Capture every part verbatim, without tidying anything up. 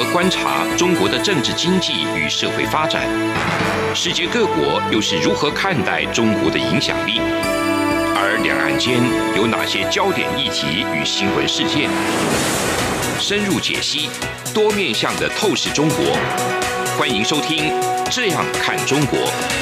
观察中国的政治经济与社会发展？世界各国又是如何看待中国的影响力？而两岸间有哪些焦点议题与新闻事件？深入解析，多面向的透视中国。欢迎收听《这样看中国》。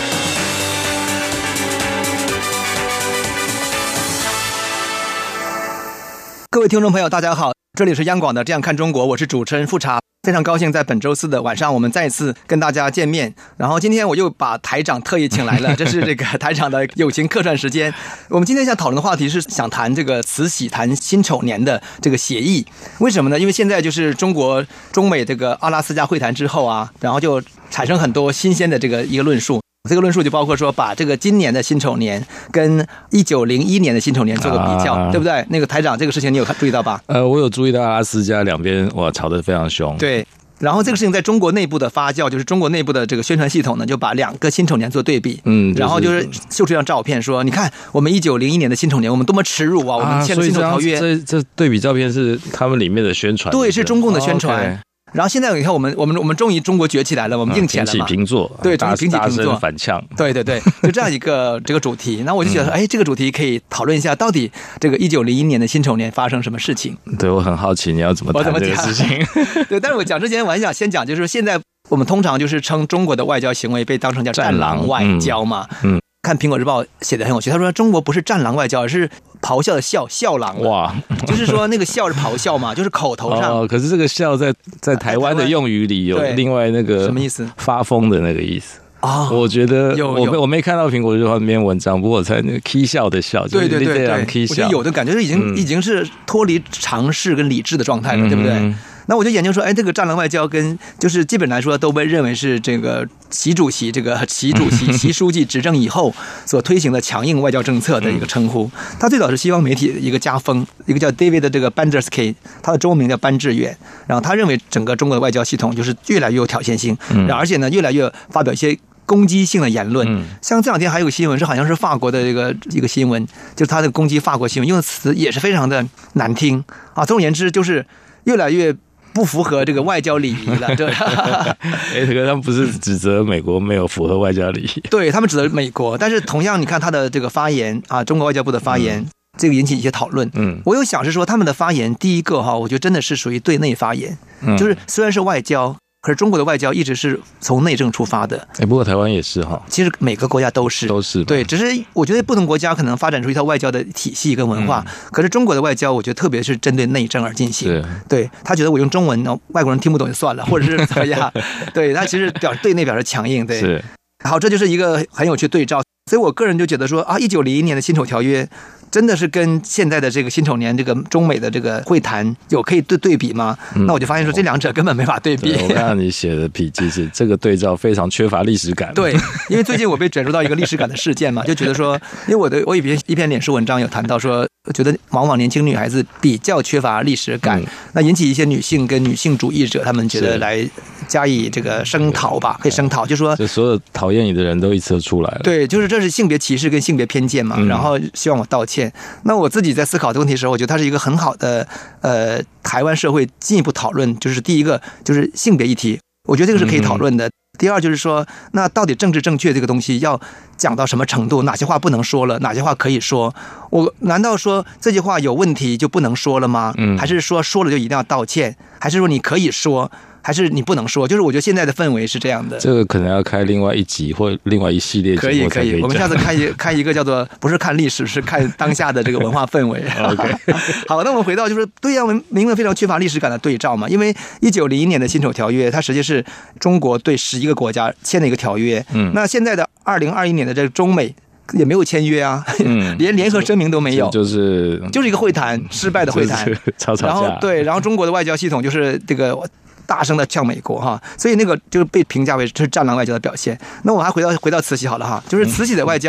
各位听众朋友，大家好，这里是央广的《这样看中国》，我是主持人富察。非常高兴在本周四的晚上，我们再次跟大家见面。然后今天我又把台长特意请来了，这是这个台长的友情客串时间。我们今天想讨论的话题是想谈这个慈禧谈辛丑年的这个协议。为什么呢？因为现在就是中国中美这个阿拉斯加会谈之后啊，然后就产生很多新鲜的这个一个论述。这个论述就包括说，把这个今年的辛丑年跟一九零一年的辛丑年做个比较，啊、对不对？那个台长，这个事情你有注意到吧？ 呃，我有注意到阿拉斯加两边哇吵得非常凶。 对，然后这个事情在中国内部的发酵，就是中国内部的这个宣传系统呢，就把两个辛丑年做对比，嗯，然后就是秀出一张照片说，你看我们一九零一年的辛丑年，我们多么耻辱啊！我们签了辛丑条约。 啊、这这对比照片是他们里面的宣传， 对，是中共的宣传。哦 okay，然后现在你看，我们我们我们终于中国崛起来了，我们硬起来了嘛， 平起平坐， 对，终于平起平坐， 反呛， 对对对，就这样一个这个主题。那我就觉得，哎、嗯，这个主题可以讨论一下，到底这个一九零一年的辛丑年发生什么事情？ 对，我很好奇你要怎么谈这个事情。 对，但是我讲之前，我还想先讲，就是现在我们通常就是称中国的外交行为被当成叫战狼外交嘛，嗯。嗯，看《苹果日报》写的很有趣，他说中国不是战狼外交，而是咆哮的笑笑狼。哇，就是说那个笑是咆哮嘛，就是口头上。 哦，可是这个笑在在台湾的用语里有另外那个什么意思？ 发疯的那个意思。 哦， 我觉得有我我没看到《苹果日报》那篇文章，不过我猜那个 K 笑的笑， 对对对对， 我觉得有的感觉已经、嗯、已经是脱离常识跟理智的状态了，嗯、对不对？那我就研究说，哎，这个战狼外交跟就是基本来说都被认为是这个习主席这个习主席习书记执政以后所推行的强硬外交政策的一个称呼。他最早是西方媒体的一个家风，一个叫 David 的这个 Bandersky， 他的中文名叫班志远。然后他认为整个中国的外交系统就是越来越有挑衅性，嗯、而且呢越来越发表一些攻击性的言论。嗯、像这两天还有个新闻是好像是法国的这个一个新闻，就是他的攻击法国新闻用的词也是非常的难听啊。总而言之，就是越来越不符合这个外交礼仪了，对。 哎，这个他们不是指责美国没有符合外交礼仪？ 对，他们指责美国，但是同样，你看他的这个发言啊，中国外交部的发言，嗯、这个引起一些讨论。嗯，我有想是说他们的发言，第一个哈，我觉得真的是属于对内发言，嗯、就是虽然是外交。可是中国的外交一直是从内政出发的， 哎，不过台湾也是哈。其实每个国家都是， 都是对，只是我觉得不同国家可能发展出一套外交的体系跟文化。嗯、可是中国的外交，我觉得特别是针对内政而进行。对，他觉得我用中文，外国人听不懂就算了，或者是怎么样？对，他其实表对内表示强硬。对， 是。 好，这就是一个很有趣的对照。所以我个人就觉得说啊，一九零一年的辛丑条约。真的是跟现在的这个辛丑年这个中美的这个会谈有可以对对比吗？嗯、那我就发现说这两者根本没法对比。 对，我看到你写的笔记是这个对照非常缺乏历史感。 对，因为最近我被卷入到一个历史感的事件嘛，就觉得说，因为我的我一篇一篇脸书文章有谈到说，觉得往往年轻女孩子比较缺乏历史感，嗯、那引起一些女性跟女性主义者他们觉得来加以这个声讨吧，可以声讨，就说就所有讨厌你的人都一次都出来了。 对，就是这是性别歧视跟性别偏见嘛，嗯、然后希望我道歉。那我自己在思考这个问题的时候，我觉得它是一个很好的呃台湾社会进一步讨论，就是第一个就是性别议题，我觉得这个是可以讨论的。嗯、第二就是说，那到底政治正确这个东西要讲到什么程度？哪些话不能说了，哪些话可以说？我难道说这句话有问题就不能说了吗？嗯，还是说说了就一定要道歉？还是说你可以说？还是你不能说？就是我觉得现在的氛围是这样的。这个可能要开另外一集或另外一系列节目才可以。 可以可以，我们下次开一开一个叫做不是看历史，是看当下的这个文化氛围。 OK， 好，那我们回到就是对呀，我们明明非常缺乏历史感的对照嘛，因为一九零一年的辛丑条约，它实际是中国对十一个国家签的一个条约。嗯，那现在的二零二一年的这个中美。也没有签约啊，嗯、连联合声明都没有， 就是就是一个会谈失败的会谈， 吵吵架。 然后对，然后中国的外交系统就是这个大声的呛美国哈，所以那个就是被评价为是战狼外交的表现。那我还回到回到慈禧好了哈，就是慈禧的外交。嗯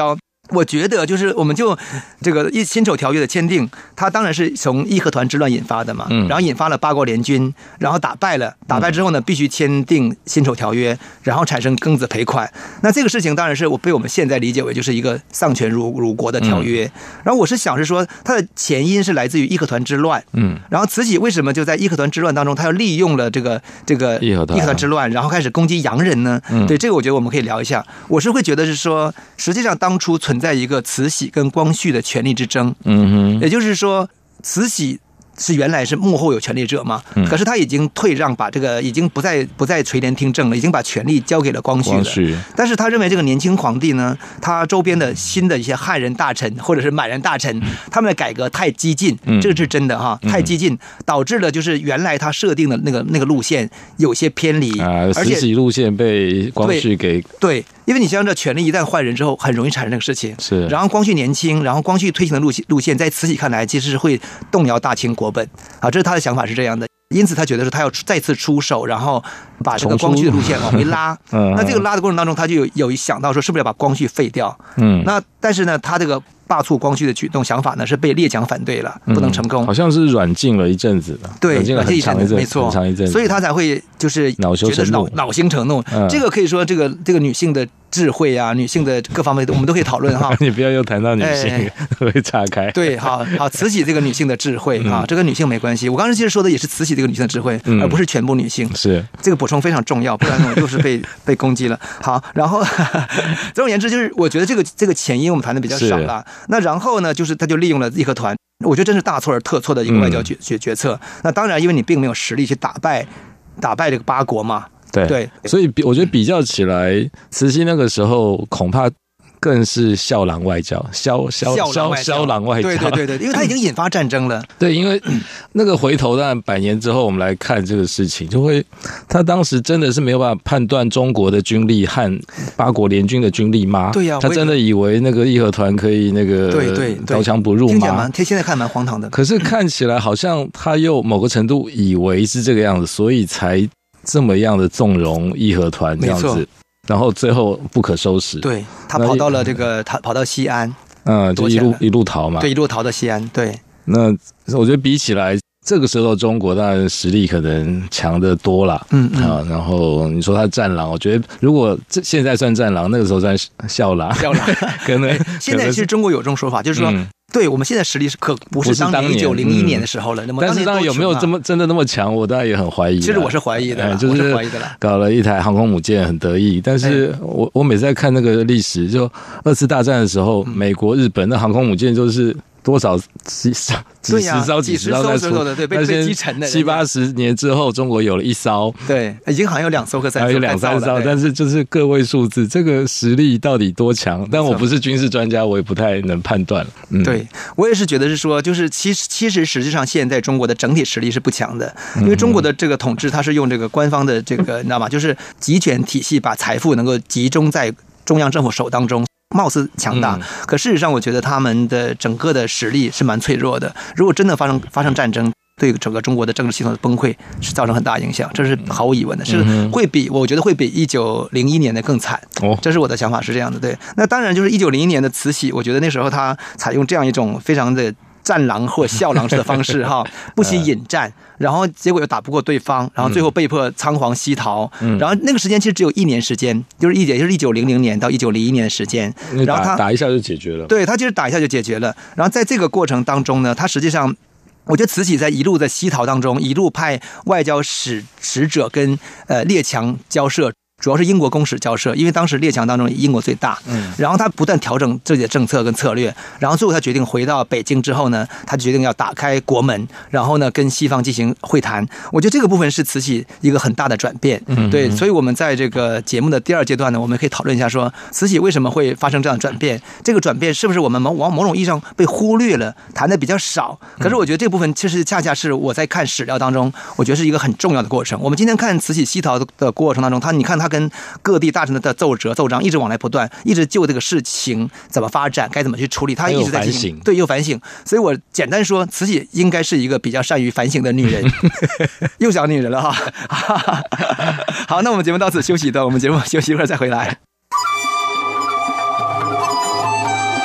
我觉得就是我们就这个一辛丑条约的签订，它当然是从义和团之乱引发的嘛，嗯，然后引发了八国联军，然后打败了，打败之后呢，必须签订辛丑条约，然后产生庚子赔款。那这个事情当然是我被我们现在理解为就是一个丧权辱辱国的条约。嗯、然后我是想是说，它的前因是来自于义和团之乱，嗯，然后慈禧为什么就在义和团之乱当中，他要利用了这个这个义和团之乱，然后开始攻击洋人呢？嗯、对，这个我觉得我们可以聊一下。我是会觉得是说，实际上当初存在一个慈禧跟光绪的权力之争，嗯哼，也就是说，慈禧是原来是幕后有权力者嘛，嗯、可是他已经退让，把这个已经不再不再垂帘听政了，已经把权力交给了光绪了。光绪，但是他认为这个年轻皇帝呢，他周边的新的一些汉人大臣或者是满人大臣，他们的改革太激进，嗯、这个是真的哈，太激进，导致了就是原来他设定的那个那个路线有些偏离啊，而且慈禧路线被光绪给对。对，因为你想想，这权力一旦换人之后，很容易产生这个事情。 是， 然后光绪年轻，然后光绪推行的路线路线，在慈禧看来，其实是会动摇大清国本啊，这是他的想法是这样的。因此，他觉得说他要再次出手，然后把这个光绪的路线往回拉。嗯，那这个拉的过程当中，他就有有想到说，是不是要把光绪废掉？嗯，那但是呢，他这个罢黜光绪的举动想法呢，是被列强反对了，不能成功。 嗯、好像是软禁了一阵子的， 对， 软禁了很长一阵， 没错， 很长一阵， 所以他才会就是恼羞成怒， 恼羞成怒。嗯、这个可以说，这个这个女性的智慧啊，女性的各方面，我们都可以讨论哈。 你不要又谈到女性，哎、会岔开。 对，好好，慈禧这个女性的智慧啊，嗯、这跟女性没关系。我刚才其实说的也是慈禧这个女性的智慧，嗯、而不是全部女性。 是这个补充非常重要，不然我又是被被攻击了。好，然后总而言之，就是我觉得这个这个前因我们谈的比较少了。那然后呢，就是他就利用了义和团，我觉得真是大错而特错的一个外交决决决策。嗯、那当然，因为你并没有实力去打败打败这个八国嘛。 对对， 所以我觉得比较起来，慈禧那个时候恐怕更是笑狼外交，消消消消狼外交， 对对对对，因为它已经引发战争了。 对，因为那个回头，当然百年之后我们来看这个事情，就会他当时真的是没有办法判断中国的军力和八国联军的军力吗？ 对呀、啊， 他真的以为那个义和团可以那个对对刀枪不入吗？ 听现在看蛮荒唐的。 可是看起来好像他又某个程度以为是这个样子，所以才这么样的纵容义和团这样子。然后最后不可收拾， 对，他跑到了这个，他跑到西安， 嗯，就一路一路逃嘛， 对，一路逃到西安，对。 那我觉得比起来，这个时候中国当然实力可能强得多了，嗯嗯啊。然后你说他战狼，我觉得如果这现在算战狼，那个时候算笑狼， 笑狼。 可能现在其实中国有这种说法，就是说。嗯对我们现在实力是可不是当年一九零一年的时候了，那么、 嗯、但是当然有没有这么真的那么强，我当然也很怀疑。 其实我是怀疑的、哎， 就是搞了一台航空母舰很得意，但是我我每次在看那个历史，就二次大战的时候，美国、日本的航空母舰就是多少几十几十艘、几十艘在出的，对，被被击沉的。 七八十年之后，中国有了一艘， 对，已经好像有两艘和三艘， 还有两三艘，但是就是个位数字，这个实力到底多强？但我不是军事专家，我也不太能判断了。嗯、 对我也是觉得是说，就是其实其实实际上现在中国的整体实力是不强的，因为中国的这个统治，它是用这个官方的这个，你知道吗？就是集权体系把财富能够集中在中央政府手当中。貌似强大，可事实上，我觉得他们的整个的实力是蛮脆弱的。如果真的发生发生战争，对整个中国的政治系统的崩溃是造成很大影响，这是毫无疑问的，是会比我觉得会比一九零一年的更惨。这是我的想法是这样的。对，那当然就是一九零一年的慈禧，我觉得那时候他采用这样一种非常的战狼或笑狼式的方式哈，不惜引战。然后结果又打不过对方，然后最后被迫仓皇西逃。嗯、然后那个时间其实只有一年时间，就是一也就是一九零零年到一九零一年的时间。然后他打一下就解决了。 对，他就是打一下就解决了。然后在这个过程当中呢，他实际上，我觉得慈禧在一路在西逃当中，一路派外交使使者跟呃列强交涉。主要是英国公使交涉，因为当时列强当中英国最大，嗯，然后他不断调整自己的政策跟策略，然后最后他决定回到北京之后呢，他决定要打开国门，然后呢跟西方进行会谈。我觉得这个部分是慈禧一个很大的转变，嗯，对，所以我们在这个节目的第二阶段呢，我们可以讨论一下说，慈禧为什么会发生这样的转变？这个转变是不是我们往某种意义上被忽略了，谈的比较少？可是我觉得这部分其实恰恰是我在看史料当中，我觉得是一个很重要的过程。我们今天看慈禧西逃的过程当中，他你看他跟各地大臣的奏折奏章一直往来不断，一直就这个事情怎么发展，该怎么去处理，他一直在进行，对，又反省。所以我简单说，慈禧应该是一个比较善于反省的女人，又讲女人了哈。好，那我们节目到此休息一段，我们节目休息一会儿再回来。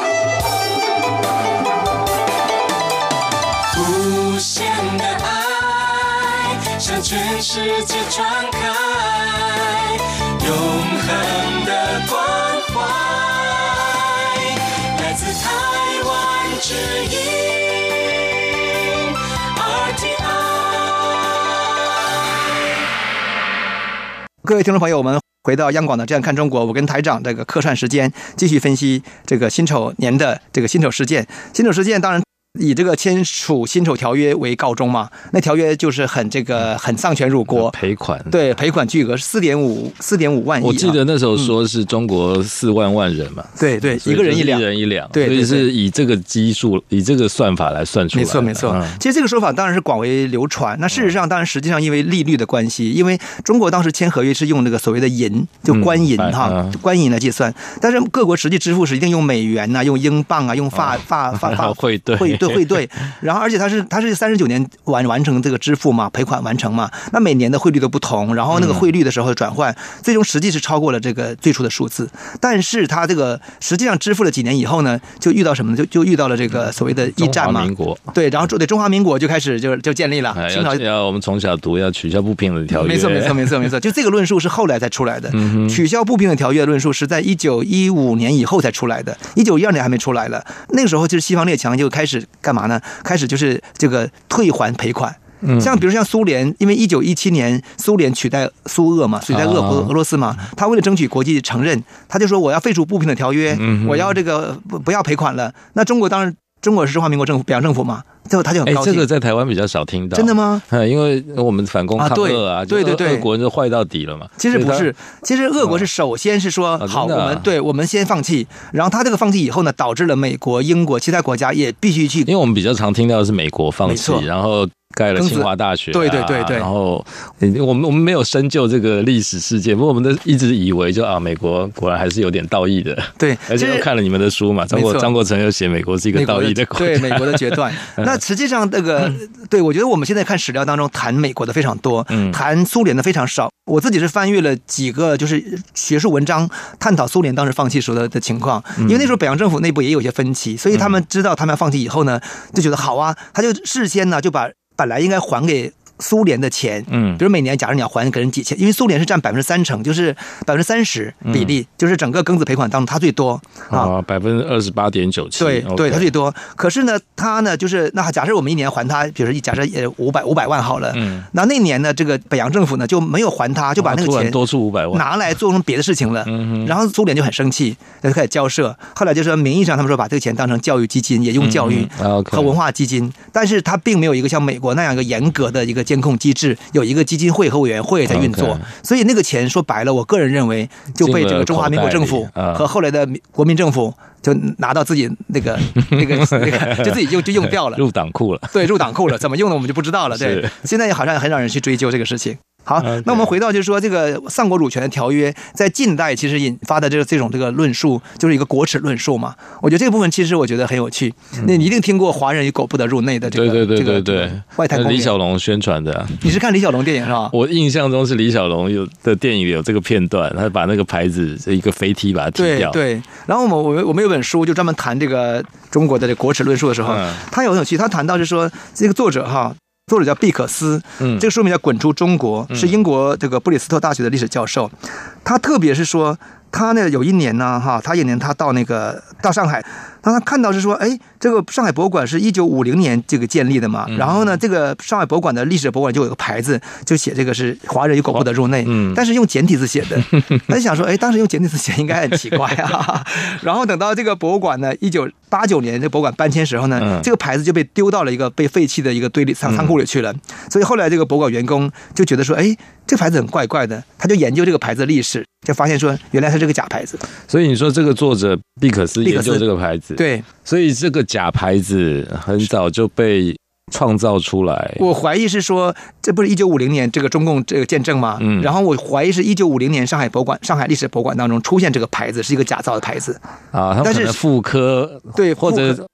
限的爱向全世界传开，永恒的关怀，来自台湾之音 R T I。 各位听众朋友，我们回到央广的《这样看中国》，我跟台长这个客串时间，继续分析这个辛丑年的这个辛丑事件。辛丑事件当然以这个签署辛丑条约为告终嘛，那条约就是很这个很丧权辱国， 赔款， 对，赔款巨额是四点五四点五万亿、啊。 我记得那时候说是中国四万万人嘛， 嗯、对对，一个人一两， 一人一两， 对， 所以是以这个基数，以这个算法来算出来的。 没错没错、嗯。其实这个说法当然是广为流传。那事实上，当然实际上因为利率的关系，因为中国当时签合约是用这个所谓的银，就官银哈、嗯，官银来计算，但是各国实际支付是一定用美元啊，用英镑啊，用法法法法汇兑汇兑汇兑。然后，而且它是它是三十九年完完成这个支付嘛，赔款完成嘛。那每年的汇率都不同，然后那个汇率的时候转换，最终实际是超过了这个最初的数字。但是它这个实际上支付了几年以后呢，就遇到什么呢？就就遇到了这个所谓的一战嘛。 中华民国对，然后对中华民国就开始就就建立了。 清朝要我们从小读要取消不平等条约。 没错没错没错没错，就这个论述是后来才出来的。嗯、取消不平等条约的论述是在一九一五年以后才出来的，一九一二年还没出来了。那个时候就是西方列强就开始干嘛呢？开始就是这个退还赔款。像比如像苏联，因为一九一七年苏联取代苏俄嘛，取代俄俄罗斯嘛，他为了争取国际承认，他就说我要废除不平等条约，我要这个不要赔款了。那中国当然。中国是中华民国政府，北洋政府嘛，最后他就很高兴。 哎，这个在台湾比较少听到， 真的吗？ 因为我们反攻抗俄啊， 对对对， 俄国人就坏到底了嘛。 其实不是，其实俄国是首先是说，哦、好，我们对我们先放弃，然后他这个放弃以后呢，导致了美国、英国其他国家也必须去， 因为我们比较常听到的是美国放弃，然后。盖了清华大学、啊， 对对对对， 然后我们我们没有深究这个历史事件，不过我们都一直以为就啊，美国果然还是有点道义的， 对， 而且又看了你们的书嘛，张国张国成又写美国是一个道义的国家， 对美国的决断。那实际上这个，对我觉得我们现在看史料当中谈美国的非常多，嗯，谈苏联的非常少。我自己是翻阅了几个就是学术文章，探讨苏联当时放弃时的的情况，因为那时候北洋政府内部也有些分歧，所以他们知道他们要放弃以后呢，就觉得好啊，他就事先呢就把。本来应该还给苏联的钱，嗯，比如每年假如你要还给人几千，因为苏联是占百分之三成，就是百分之三十比例、嗯，就是整个庚子赔款当中它最多啊，百分之二十八点九七， 对、okay、对，它最多。可是呢，它呢就是那假设我们一年还它，比如说假设也五百五百万好了，嗯，那那年呢，这个北洋政府呢就没有还它，就把那个钱多出五百万拿来做成别的事情了，嗯，然后苏联就很生气，就开始交涉。后来就说名义上他们说把这个钱当成教育基金，也用教育和文化基金，嗯 okay、但是它并没有一个像美国那样一个严格的一个监控机制。有一个基金会和委员会在运作， okay. 所以那个钱说白了，我个人认为就被这个中华民国政府和后来的国民政府就拿到自己那个那个那个就自己用就用掉了， 入党库了。 对，入党库了，怎么用的我们就不知道了。对，现在好像很少人去追究这个事情。好， okay. 那我们回到就是说，这个丧国辱权的条约在近代其实引发的这个这种这个论述，就是一个国耻论述嘛。我觉得这个部分其实我觉得很有趣。嗯、那你一定听过“华人与狗不得入内”的这个， 对对对对对， 这个、外太空。 李小龙宣传的、啊。 你是看李小龙电影是吧？ 我印象中是李小龙有的电影有这个片段，他把那个牌子一个飞踢把它踢掉。 对对。然后我们我们我们有本书就专门谈这个中国的这个国耻论述的时候，嗯、他有很有趣，他谈到就是说这个作者哈。作者叫毕可斯，嗯，这个书名叫《滚出中国》，是英国这个布里斯托大学的历史教授。他特别是说，他呢有一年呢，哈，他有一年他到那个到上海，当他看到是说，哎，这个上海博物馆是一九五零年这个建立的嘛，然后呢，这个上海博物馆的历史博物馆就有个牌子，就写这个是华人与狗不得入内，嗯，但是用简体字写的。他就想说，哎，当时用简体字写应该很奇怪啊。然后等到这个博物馆呢，一九八九年这博物馆搬迁时候呢，嗯、这个牌子就被丢到了一个被废弃的一个堆里仓仓库里去了。所以后来这个博物馆员工就觉得说，哎，这个牌子很怪怪的，他就研究这个牌子的历史，就发现说原来它是个假牌子。 所以你说这个作者毕可斯研究这个牌子， 对， 所以这个假牌子很早就被创造出来。 我怀疑是说，这不是一九五零年这个中共这个见证吗？嗯，然后我怀疑是一九五零年上海博物馆、上海历史博物馆当中出现这个牌子是一个假造的牌子啊，他们可能复刻， 对， 或者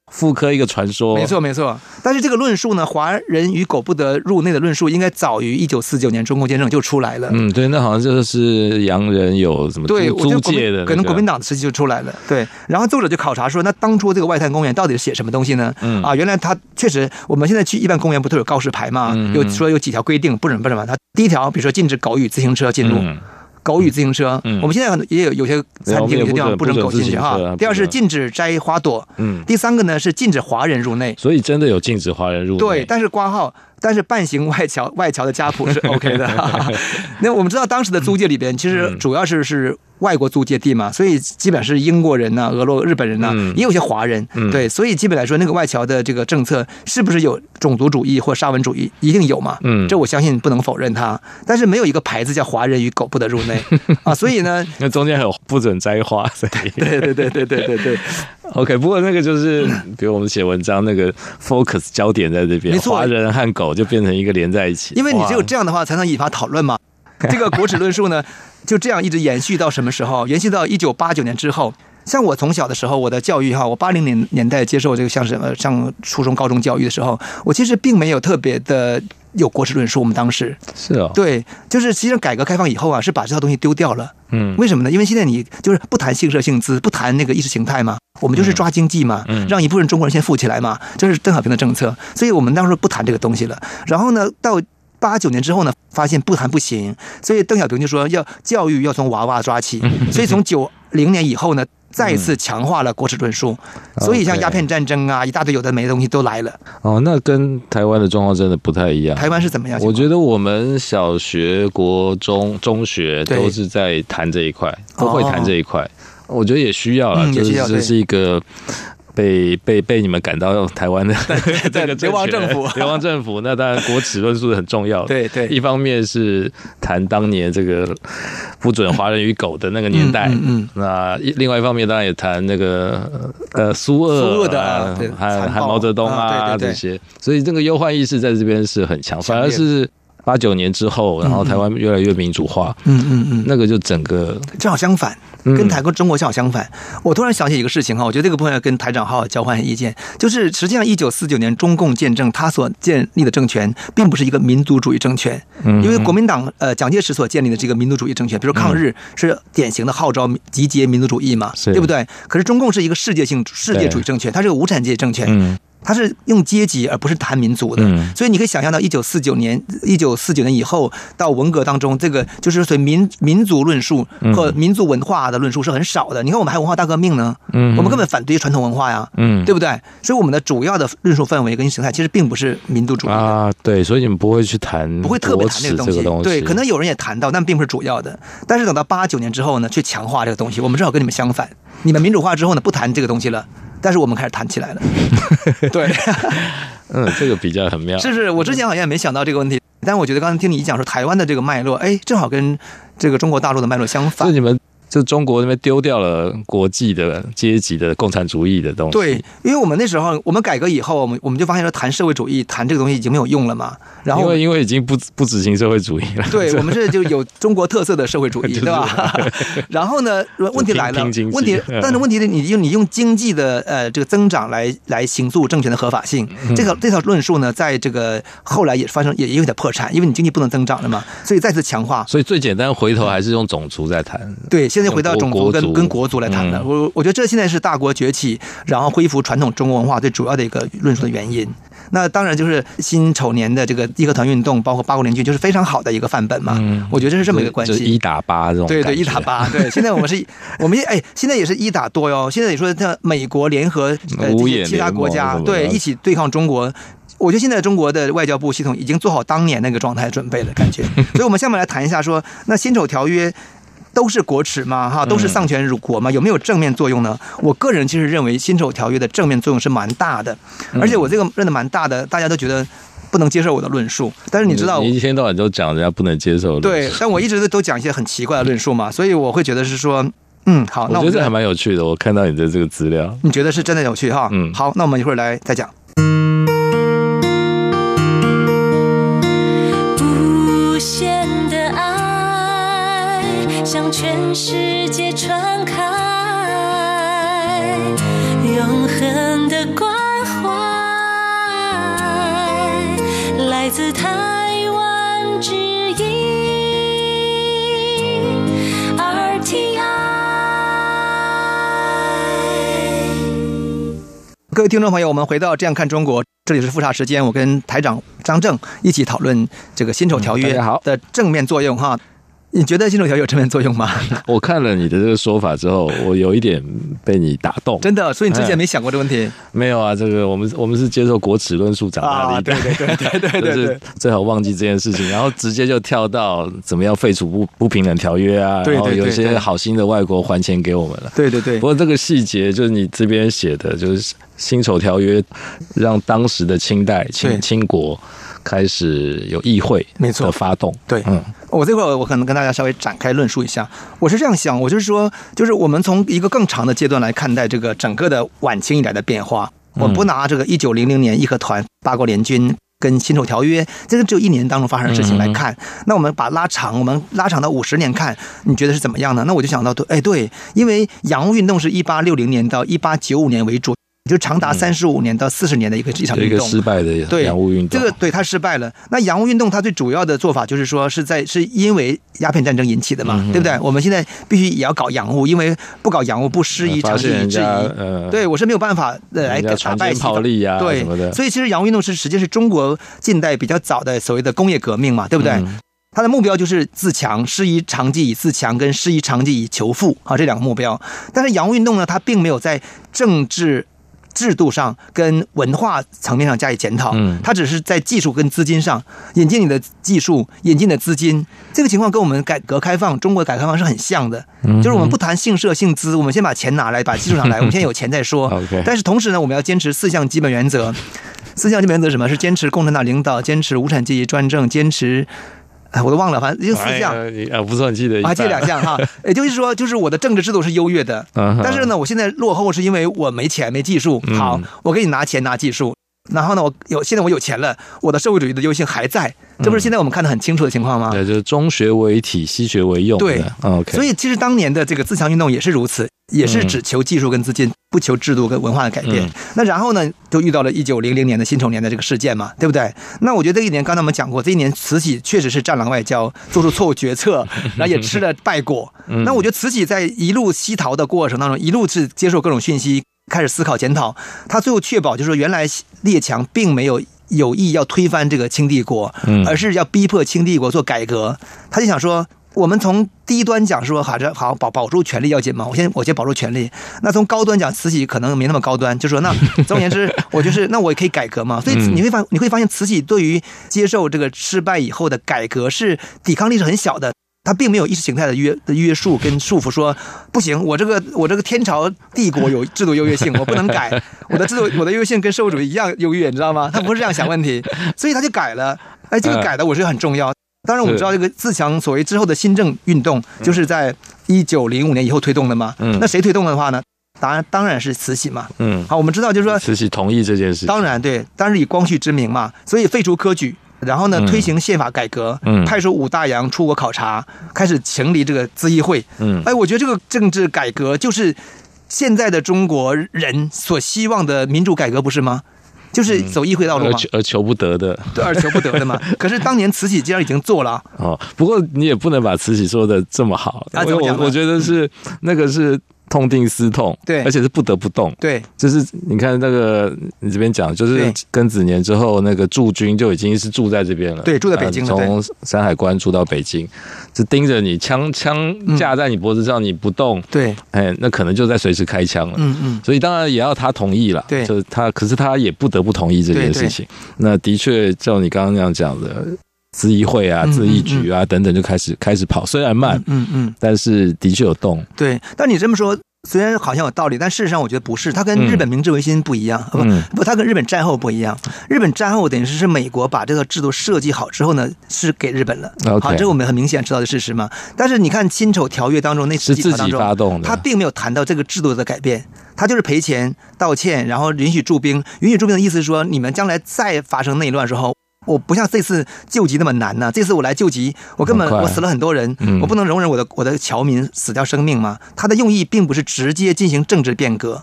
复刻一个传说。 没错没错，但是这个论述呢，华人与狗不得入内的论述，应该早于一九四九年中共建政就出来了。 嗯，对，那好像就是洋人有什么对租界的、那个， 可能国民党的时期就出来了。对，然后作者就考察说，那当初这个外滩公园到底写什么东西呢？嗯啊，原来它确实，我们现在去一般公园不都有告示牌吗？嗯、有说有几条规定，不准不准嘛。它第一条，比如说禁止狗与自行车进入。嗯狗与自行车，嗯、我们现在也有有些餐厅、有些地方不准狗进去哈。第二是禁止摘花朵，嗯，第三个呢是禁止华人入内。 所以真的有禁止华人入内。 对，但是括号，但是半形外侨外侨的家谱是 OK 的。那我们知道当时的租界里边，其实主要是是外国租界地嘛，所以基本是英国人呐、啊、俄罗日本人呐、啊，嗯、也有些华人。嗯、对，所以基本来说，那个外侨的这个政策是不是有种族主义或沙文主义，一定有嘛？嗯，这我相信不能否认它。但是没有一个牌子叫华人与狗不得入内啊，所以呢， 那中间还有不准摘花。 对对对对对对对。 OK， 不过那个就是，比如我们写文章，那个 focus 焦点在这边，没错，华人和狗就变成一个连在一起。 因为你只有这样的话，才能引发讨论嘛。这个国耻论述呢，就这样一直延续到什么时候？延续到一九八九年之后。像我从小的时候，我的教育哈，我八零年年代接受这个像什么上初中、高中教育的时候，我其实并没有特别的有国耻论述。我们当时是哦， 对，就是实际上改革开放以后啊，是把这套东西丢掉了。嗯，为什么呢？因为现在你就是不谈性社性资，不谈那个意识形态嘛，我们就是抓经济嘛，嗯、让一部分中国人先富起来嘛，这是邓小平的政策，所以我们当时不谈这个东西了。然后呢，到八九年之后呢，发现不谈不行，所以邓小平就说要教育要从娃娃抓起，所以从九零年以后呢，再一次强化了国耻论述，嗯、所以像鸦片战争啊，一大堆有的没的东西都来了。 哦，那跟台湾的状况真的不太一样。 台湾是怎么样？ 我觉得我们小学、国中、中学都是在谈这一块，都会谈这一块。哦、我觉得也需要啦，嗯、就是这是一个。被被被你们赶到台湾的这个流亡政府， 流亡政府，那当然国耻论述是很重要的。 对对， 一方面是谈当年这个不准华人与狗的那个年代，嗯嗯嗯、那另外一方面当然也谈那个呃苏俄、 苏俄的啊， 和和毛泽东啊，啊对对对这些，所以这个忧患意识在这边是很强，反而是。八九年之后，然后台湾越来越民主化，嗯嗯嗯，那个就整个正好相反，跟台跟中国正好相反。我突然想起一个事情哈，我觉得这个部分要跟台长好好交换意见，就是实际上一九四九年中共建政，它所建立的政权并不是一个民族主义政权，嗯，因为国民党呃蒋介石所建立的这个民族主义政权，比如说抗日是典型的号召集结民族主义嘛，对不对？可是中共是一个世界性世界主义政权，它是个无产阶级政权。嗯，它是用阶级而不是谈民族的，嗯、所以你可以想象到一九四九年、一九四九年以后到文革当中，这个就是所谓民民族论述和民族文化的论述是很少的。你看我们还有文化大革命呢，嗯、我们根本反对传统文化呀，嗯、对不对？所以我们的主要的论述氛围跟形态其实并不是民族主义啊，对，所以你们不会去谈， 不会特别谈这个东西，东西对，可能有人也谈到，但并不是主要的。但是等到八九年之后呢，去强化这个东西，我们正好跟你们相反，你们民主化之后呢，不谈这个东西了。但是我们开始谈起来了，对， 嗯，这个比较很妙， 是不是？我之前好像也没想到这个问题，但我觉得刚才听你一讲说台湾的这个脉络，哎，正好跟这个中国大陆的脉络相反。 就你们就中国那边丢掉了国际的阶级的共产主义的东西。 对，因为我们那时候我们改革以后，我们我们就发现说谈社会主义谈这个东西已经没有用了嘛。然后因为因为已经不不执行社会主义了。 对，我们这就有中国特色的社会主义，就是、对吧？然后呢，问题来了，问题，但是问题是你用你用经济的呃这个增长来来形塑政权的合法性，这条这条论述呢，在这个后来也发生也也有点破产，因为你经济不能增长了嘛，所以再次强化。 所以最简单回头还是用种族在谈。 对，现在回到种族跟跟国族来谈了。我我觉得这现在是大国崛起，然后恢复传统中国文化最主要的一个论述的原因。那当然就是辛丑年的这个义和团运动，包括八国联军，就是非常好的一个范本嘛。嗯、我觉得这是这么一个关系， 就是一打八这种。 对对，一打八。对，现在我们是，我们哎，现在也是一打多哟。现在也说像美国联合呃这些其他国家，对，一起对抗中国。我觉得现在中国的外交部系统已经做好当年那个状态准备了，感觉。所以我们下面来谈一下说，那辛丑条约。都是国耻吗？哈，都是丧权辱国吗？有没有正面作用呢？我个人其实认为辛丑条约的正面作用是蛮大的，而且我这个认得蛮大的，大家都觉得不能接受我的论述。但是你知道， 你一天到晚都讲人家不能接受的论述， 对，但我一直都讲一些很奇怪的论述嘛，所以我会觉得是说，嗯，好，那我觉得这还蛮有趣的。我看到你的这个资料， 你觉得是真的有趣哈？嗯，好，那我们一会儿来再讲。 无限的爱向全世界传开，永恒的光之音 R T I。 各位听众朋友，我们回到这样看中国，这里是富察时间，我跟台长张正一起讨论这个辛丑条约的正面作用哈。你觉得辛丑条约有正面作用吗？ 我看了你的这个说法之后，我有一点被你打动。 真的，所以你之前没想过这个问题？ 没有啊，这个我们我们是接受国耻论述长大的一代， 啊，对对对对对对对， 最好忘记这件事情，然后直接就跳到怎么样废除不不平等条约啊， 对对对对， 然后有些好心的外国还钱给我们了。 对对对。 不过这个细节就是你这边写的，就是辛丑条约让当时的清代清清国开始有议会的发动。 对，嗯，我这块我可能跟大家稍微展开论述一下。我是这样想，我就是说，就是我们从一个更长的阶段来看待这个整个的晚清以来的变化。我们不拿这个一九零零年义和团、八国联军跟辛丑条约，这个只有一年当中发生的事情来看。那我们把拉长，我们拉长到五十年看，你觉得是怎么样呢？那我就想到，对，哎，对，因为洋务运动是一八六零年到一八九五年为主。就长达三十五年到四十年的一个一场运动， 一个失败的洋务运动。 这个对它失败了。那洋务运动它最主要的做法就是说，是在是因为鸦片战争引起的嘛，嗯、对不对？我们现在必须也要搞洋务，因为不搞洋务不施以长期以制夷。呃、对我是没有办法呃来打败炮利啊， 对什么的。 所以其实洋务运动是实际是中国近代比较早的所谓的工业革命嘛，对不对？嗯，他的目标就是自强，施以长技以自强，跟施以长技以求富啊，这两个目标。但是洋务运动呢，它并没有在政治制度上跟文化层面上加以检讨，嗯，它只是在技术跟资金上引进你的技术，引进的资金，这个情况跟我们改革开放，中国改革开放是很像的，嗯，就是我们不谈姓社姓资，我们先把钱拿来，把技术拿来，我们先有钱再说。 okay. 但是同时呢，我们要坚持四项基本原则。四项基本原则是什么？是坚持共产党领导，坚持无产阶级专政，坚持。哎，我都忘了，反正就四项。 哎，不错，你记得一半。 我还记得两项哈。也就是说，就是我的政治制度是优越的，嗯，但是呢，我现在落后是因为我没钱没技术。好，我给你拿钱拿技术，然后呢，我有现在我有钱了，我的社会主义的优性还在，这不是现在我们看得很清楚的情况吗？ 对，就是中学为体，西学为用。 对， 嗯 ，OK。 所以其实当年的这个自强运动也是如此，也是只求技术跟资金，不求制度跟文化的改变。嗯，那然后呢，就遇到了一九零零年的辛丑年的这个事件嘛，对不对？那我觉得这一年，刚才我们讲过，这一年慈禧确实是战狼外交，做出错误决策，然后也吃了败果。嗯，那我觉得慈禧在一路西逃的过程当中，一路是接受各种讯息，开始思考检讨，他最后确保就是说，原来列强并没有有意要推翻这个清帝国，而是要逼迫清帝国做改革。他就想说，我们从低端讲说，好着好保保住权力要紧嘛，我先我先保住权力。那从高端讲，慈禧可能没那么高端，就说那总而言之，我就是那我也可以改革嘛。所以你会发你会发现，慈禧对于接受这个失败以后的改革是抵抗力是很小的。他并没有意识形态的约的约束跟束缚，说不行，我这个我这个天朝帝国有制度优越性，我不能改，我的制度我的优越性跟社会主义一样优越，你知道吗？他不是这样想问题，所以他就改了。哎，这个改的我觉得很重要。当然我们知道这个自强所谓之后的新政运动，就是在一九零五年以后推动的嘛。嗯，那谁推动的话呢？当然当然是慈禧嘛。嗯，好，我们知道就是说慈禧同意这件事， 当然对，当然以光绪之名嘛，所以废除科举。然后呢，推行宪法改革，嗯，派出武大洋出国考察，开始成立这个咨议会，嗯，哎，我觉得这个政治改革就是现在的中国人所希望的民主改革，不是吗？就是走议会道路嘛， 而求不得的， 对，而求不得的嘛。可是当年慈禧既然已经做了， 哦，不过你也不能把慈禧说的这么好， 啊， 我我觉得是那个是。痛定思痛， 对， 而且是不得不动， 对， 就是你看那个你这边讲，就是庚子年之后，那个驻军就已经是住在这边了， 对，住在北京了， 从山海关住到北京，就盯着你，枪枪架在你脖子上，你不动， 对， 哎，那可能就在随时开枪了，嗯嗯，所以当然也要他同意了， 对， 就是他，可是他也不得不同意这件事情。那的确，照你刚刚那样讲的。咨议会啊，咨议局啊，嗯嗯嗯等等就开始开始跑，虽然慢，嗯 嗯, 嗯，但是的确有动。 对，但你这么说，虽然好像有道理，但事实上我觉得不是，它跟日本明治维新不一样，嗯、不不，它跟日本战后不一样。日本战后等于是美国把这个制度设计好之后呢，是给日本了。 Okay. 好，这是我们很明显知道的事实嘛。但是你看辛丑条约当中那是自己发动的， 他并没有谈到这个制度的改变。他就是赔钱、道歉，然后允许驻兵。允许驻兵的意思是说，你们将来再发生内乱的时候，我不像这次救急那么难呢、啊。这次我来救急，我根本我死了很多人，嗯、我不能容忍我的我的侨民死掉生命嘛。他的用意并不是直接进行政治变革，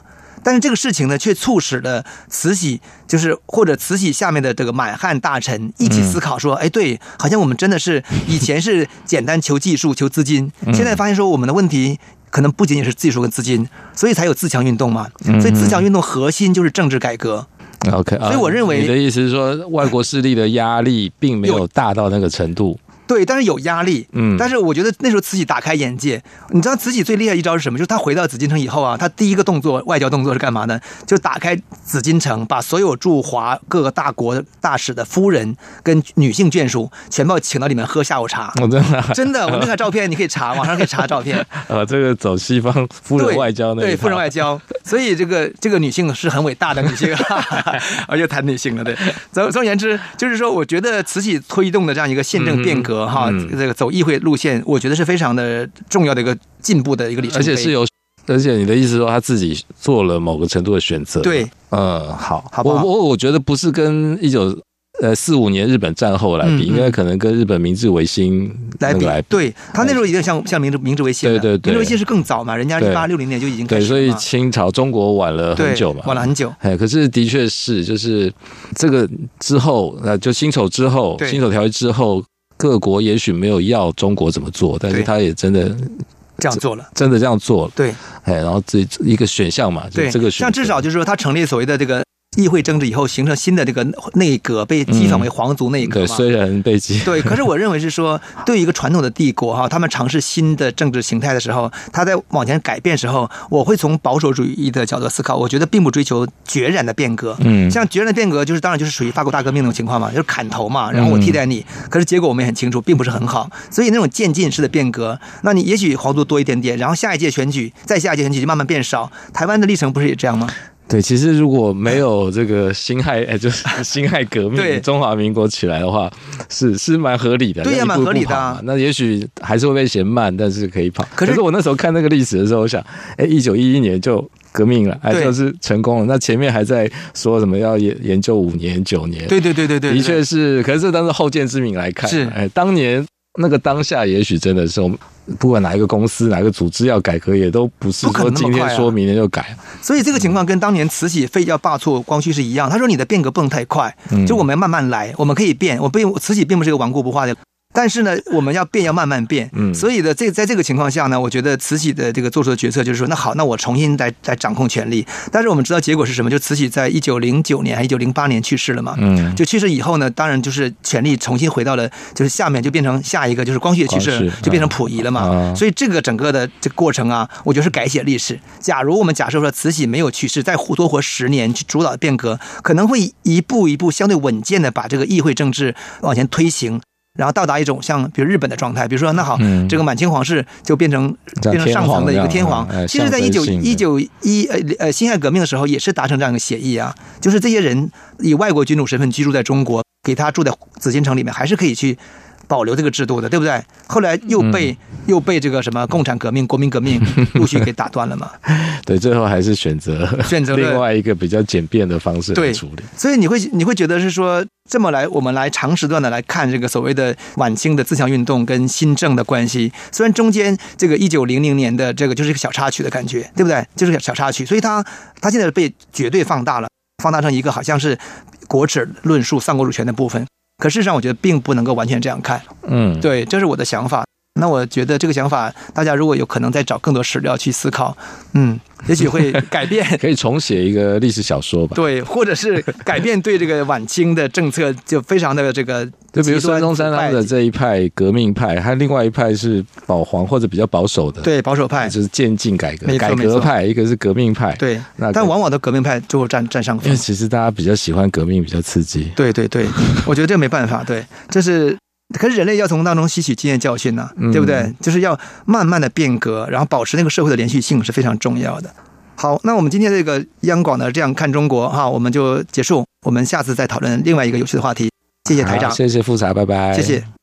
但是这个事情呢，却促使了慈禧，就是或者慈禧下面的这个满汉大臣一起思考说，哎、嗯，对，好像我们真的是以前是简单求技术、求资金，现在发现说我们的问题可能不仅仅是技术跟资金，所以才有自强运动嘛。所以自强运动核心就是政治改革。 OK， 所以我认为、 啊、你的意思是说，外国势力的压力并没有大到那个程度。 对，但是有压力。嗯，但是我觉得那时候慈禧打开眼界。你知道慈禧最厉害一招是什么？就是她回到紫禁城以后啊，她第一个动作，外交动作是干嘛呢？就打开紫禁城，把所有驻华各个大国大使的夫人跟女性眷属全部请到里面喝下午茶。 哦、真的、啊， 真的，我那个照片你可以查，网上可以查照片。 呃，这个走西方夫人外交那一套。对， 夫人外交。所以这个这个女性是很伟大的女性，而且谈女性了。对，总总而言之，就是说，我觉得慈禧推动的这样一个宪政变革。嗯哈，嗯、这个走议会路线，我觉得是非常的重要的一个进步的一个里程碑， 而且是有，而且你的意思说他自己做了某个程度的选择， 对， 嗯，好， 好不好？ 我我我觉得不是跟一九呃四五年日本战后来比，嗯嗯、应该可能跟日本明治维新来比，来比对他那时候有点像像明治明治维新， 对对对， 明治维新是更早嘛，人家一八六零年就已经开始了， 对，所以清朝中国晚了很久嘛， 晚了很久， 哎，可是的确是就是这个之后，那就辛丑之后，辛丑条约之后。各国也许没有要中国怎么做，但是他也真的这样做了， 真的这样做了。 对， 哎，然后这一个选项嘛，就这个选项， 像至少就是说，他成立所谓的这个议会政治以后，形成新的这个内阁，被讥讽为皇族内阁嘛。 对，虽然被讥， 对，可是我认为是说，对于一个传统的帝国哈，他们尝试新的政治形态的时候，他在往前改变的时候，我会从保守主义的角度思考，我觉得并不追求决然的变革。嗯，像决然的变革，就是当然就是属于法国大革命那种情况嘛，就是砍头嘛，然后我替代你。嗯、可是结果我们也很清楚，并不是很好。所以那种渐进式的变革，那你也许皇族多一点点，然后下一届选举，再下一届选举就慢慢变少。台湾的历程不是也这样吗？ 对，其实如果没有这个辛亥，哎，就是辛亥革命，中华民国起来的话，是是蛮合理的。 对呀、啊，蛮合理的、啊。 那也许还是会被嫌慢，但是可以跑。可是, 可是我那时候看那个历史的时候，我想，哎，一九一一年就革命了，还就是成功了。那前面还在说什么要研研究五年、九年？ 对对对对 对, 對， 的确是。可是这当是后见之明来看， 是哎，当年。那个当下，也许真的是我们不管哪一个公司、哪个组织要改革，也都不是说今天说明天就改。 啊、所以这个情况跟当年慈禧非要罢黜光绪是一样。他说你的变革不能太快，就我们慢慢来，我们可以变。我并慈禧并不是一个顽固不化的。但是呢，我们要变要慢慢变，嗯，所以呢，这在这个情况下呢，我觉得慈禧的这个做出的决策就是说，那好，那我重新来来掌控权力。但是我们知道结果是什么？就慈禧在一九零九年还一九零八年去世了嘛，嗯，就去世以后呢，当然就是权力重新回到了，就是下面就变成下一个就是光绪去世，就变成溥仪了嘛。啊、所以这个整个的这个过程啊，我觉得是改写历史。假如我们假设说慈禧没有去世，再多活十年去主导变革，可能会一步一步相对稳健的把这个议会政治往前推行。然后到达一种像比如日本的状态，比如说那好，嗯、这个满清皇室就变成变成上层的一个天皇。其实，在一九一九一呃呃辛亥革命的时候，也是达成这样一个协议啊，就是这些人以外国君主身份居住在中国，给他住在紫禁城里面，还是可以去保留这个制度的，对不对？后来又被、嗯、又被这个什么共产革命、国民革命陆续给打断了嘛。 对，最后还是选择选择另外一个比较简便的方式来处理。 所以你会你会觉得是说。这么来，我们来长时段的来看这个所谓的晚清的自强运动跟新政的关系。虽然中间这个一九零零年的这个就是一个小插曲的感觉，对不对？就是小插曲，所以它它现在被绝对放大了，放大成一个好像是国耻论述丧国主权的部分。可事实上，我觉得并不能够完全这样看。嗯，对，这是我的想法。那我觉得这个想法，大家如果有可能再找更多史料去思考，嗯，也许会改变， 可以重写一个历史小说吧。 对，或者是改变对这个晚清的政策，就非常的这个， 就比如孙中山他们的这一派革命派，还另外一派是保皇或者比较保守的， 对，保守派就是渐进改革，改革派，一个是革命派， 对，那但往往的革命派就会占占上风， 因为其实大家比较喜欢革命，比较刺激。 对对对，我觉得这没办法，对，这是。可是人类要从当中吸取经验教训呢、啊，对不对？嗯、就是要慢慢的变革，然后保持那个社会的连续性是非常重要的。好，那我们今天这个央广的这样看中国哈，我们就结束，我们下次再讨论另外一个有趣的话题。谢谢台长， 谢谢富察，拜拜， 谢谢。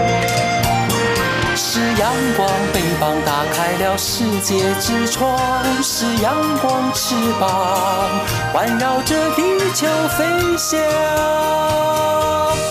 是阳光，翅膀打开了世界之窗，是阳光翅膀环绕着地球飞翔。